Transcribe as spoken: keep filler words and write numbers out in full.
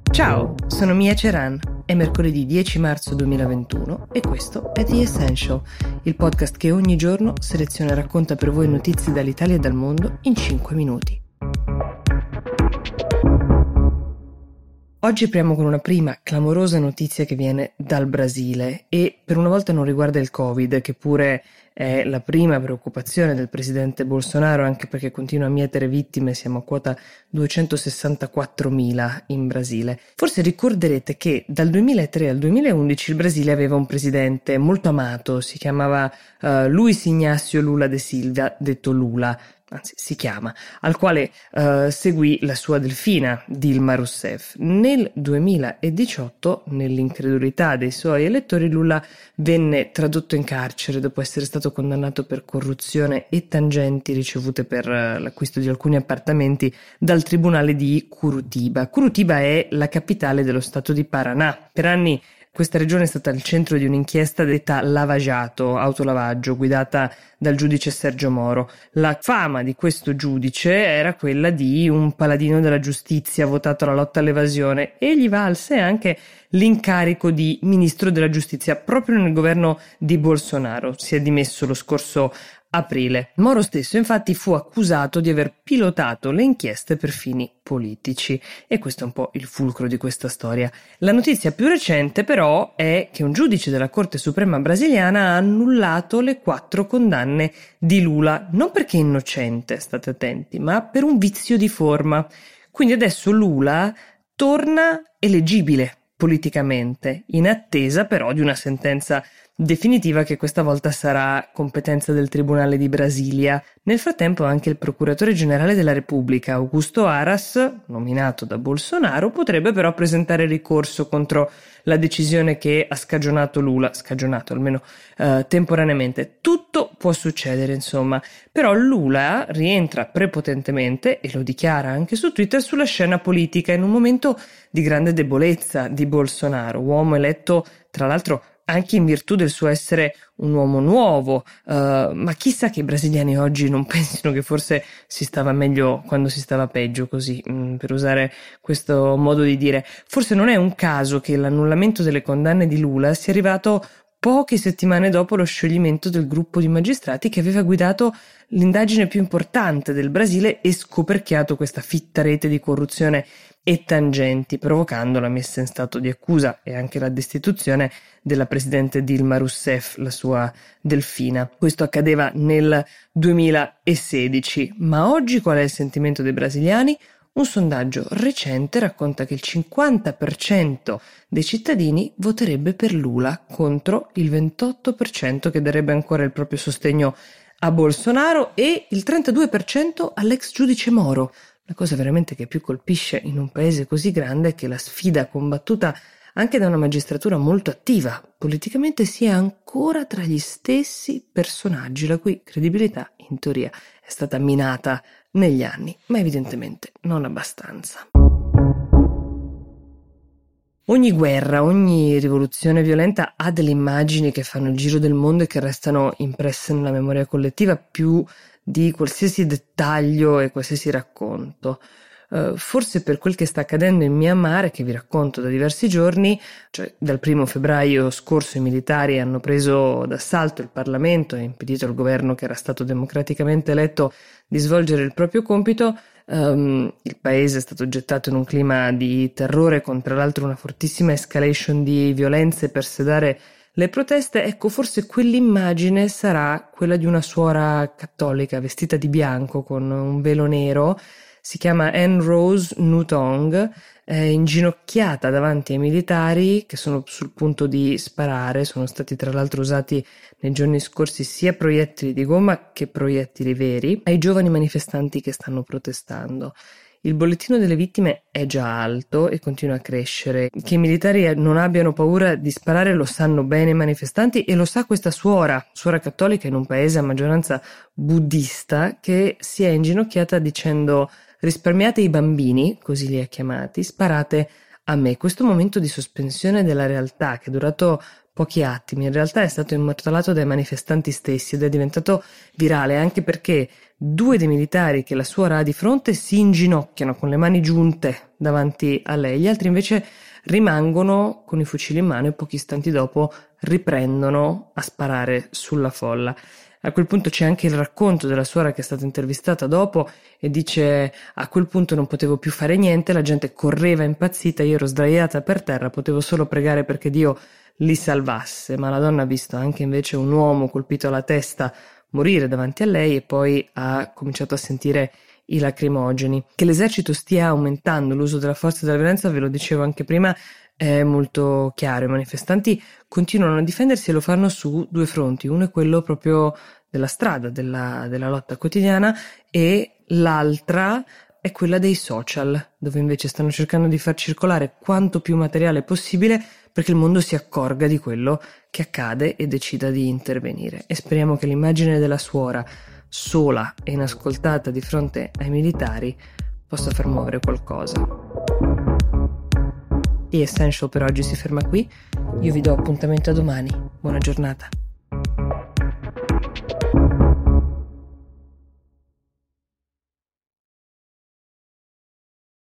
Ciao, sono Mia Ceran, è mercoledì dieci marzo duemilaventuno e questo è The Essential, il podcast che ogni giorno seleziona e racconta per voi notizie dall'Italia e dal mondo in cinque minuti. Oggi apriamo con una prima clamorosa notizia che viene dal Brasile e per una volta non riguarda il Covid, che pure è la prima preoccupazione del presidente Bolsonaro, anche perché continua a mietere vittime, siamo a quota duecentosessantaquattromila in Brasile. Forse ricorderete che dal duemilatré al duemilaundici il Brasile aveva un presidente molto amato, si chiamava uh, Luiz Inácio Lula da Silva, detto Lula, anzi si chiama, al quale uh, seguì la sua delfina Dilma Rousseff. Nel duemiladiciotto, nell'incredulità dei suoi elettori, Lula venne tradotto in carcere dopo essere stato condannato per corruzione e tangenti ricevute per uh, l'acquisto di alcuni appartamenti dal tribunale di Curitiba. Curitiba è la capitale dello stato di Paraná. Per anni questa regione è stata al centro di un'inchiesta detta Lava Jato, autolavaggio, guidata dal giudice Sergio Moro. La fama di questo giudice era quella di un paladino della giustizia votato alla lotta all'evasione e gli valse anche l'incarico di ministro della giustizia proprio nel governo di Bolsonaro. Si è dimesso lo scorso aprile. Moro stesso infatti fu accusato di aver pilotato le inchieste per fini politici e questo è un po' il fulcro di questa storia. La notizia più recente però è che un giudice della Corte Suprema brasiliana ha annullato le quattro condanne di Lula, non perché è innocente, state attenti, ma per un vizio di forma. Quindi adesso Lula torna eleggibile politicamente, in attesa però di una sentenza definitiva che questa volta sarà competenza del Tribunale di Brasilia. Nel frattempo anche il procuratore generale della Repubblica, Augusto Aras, nominato da Bolsonaro, potrebbe però presentare ricorso contro la decisione che ha scagionato Lula, scagionato almeno eh, temporaneamente. Tutto può succedere, insomma, però Lula rientra prepotentemente, e lo dichiara anche su Twitter, sulla scena politica in un momento di grande debolezza di Bolsonaro, uomo eletto tra l'altro anche in virtù del suo essere un uomo nuovo, uh, ma chissà che i brasiliani oggi non pensino che forse si stava meglio quando si stava peggio, così, mh, per usare questo modo di dire. Forse non è un caso che l'annullamento delle condanne di Lula sia arrivato poche settimane dopo lo scioglimento del gruppo di magistrati che aveva guidato l'indagine più importante del Brasile e scoperchiato questa fitta rete di corruzione e tangenti, provocando la messa in stato di accusa e anche la destituzione della presidente Dilma Rousseff, la sua delfina. Questo accadeva nel duemilasedici, ma oggi qual è il sentimento dei brasiliani? Un sondaggio recente racconta che il cinquanta per cento dei cittadini voterebbe per Lula contro il ventotto per cento che darebbe ancora il proprio sostegno a Bolsonaro e il trentadue per cento all'ex giudice Moro. La cosa veramente che più colpisce in un paese così grande è che la sfida combattuta anche da una magistratura molto attiva politicamente sia ancora tra gli stessi personaggi la cui credibilità in teoria è stata minata negli anni, ma evidentemente non abbastanza. Ogni guerra, ogni rivoluzione violenta ha delle immagini che fanno il giro del mondo e che restano impresse nella memoria collettiva più di qualsiasi dettaglio e qualsiasi racconto. Uh, forse per quel che sta accadendo in Myanmar, che vi racconto da diversi giorni, cioè dal primo febbraio scorso i militari hanno preso d'assalto il Parlamento e impedito al governo che era stato democraticamente eletto di svolgere il proprio compito. Um, il paese è stato gettato in un clima di terrore con tra l'altro una fortissima escalation di violenze per sedare le proteste. Ecco, forse quell'immagine sarà quella di una suora cattolica vestita di bianco con un velo nero. Si chiama Anne Rose Nutong, è inginocchiata davanti ai militari che sono sul punto di sparare. Sono stati tra l'altro usati nei giorni scorsi sia proiettili di gomma che proiettili veri ai giovani manifestanti che stanno protestando. Il bollettino delle vittime è già alto e continua a crescere. Che i militari non abbiano paura di sparare lo sanno bene i manifestanti e lo sa questa suora, suora cattolica in un paese a maggioranza buddista, che si è inginocchiata dicendo: risparmiate i bambini, così li ha chiamati, sparate a me. Questo momento di sospensione della realtà, che è durato pochi attimi, in realtà è stato immortalato dai manifestanti stessi ed è diventato virale anche perché due dei militari che la suora ha di fronte si inginocchiano con le mani giunte davanti a lei, gli altri invece rimangono con i fucili in mano e pochi istanti dopo riprendono a sparare sulla folla. A quel punto c'è anche il racconto della suora che è stata intervistata dopo e dice: a quel punto non potevo più fare niente, la gente correva impazzita, io ero sdraiata per terra, potevo solo pregare perché Dio li salvasse, ma la donna ha visto anche invece un uomo colpito alla testa morire davanti a lei e poi ha cominciato a sentire i lacrimogeni. Che l'esercito stia aumentando l'uso della forza e della violenza, ve lo dicevo anche prima, è molto chiaro. I manifestanti continuano a difendersi e lo fanno su due fronti. Uno è quello proprio della strada, della, della lotta quotidiana, e l'altra è quella dei social, dove invece stanno cercando di far circolare quanto più materiale possibile perché il mondo si accorga di quello che accade e decida di intervenire. E speriamo che l'immagine della suora sola e inascoltata di fronte ai militari possa far muovere qualcosa. The Essential per oggi si ferma qui, io vi do appuntamento a domani, buona giornata.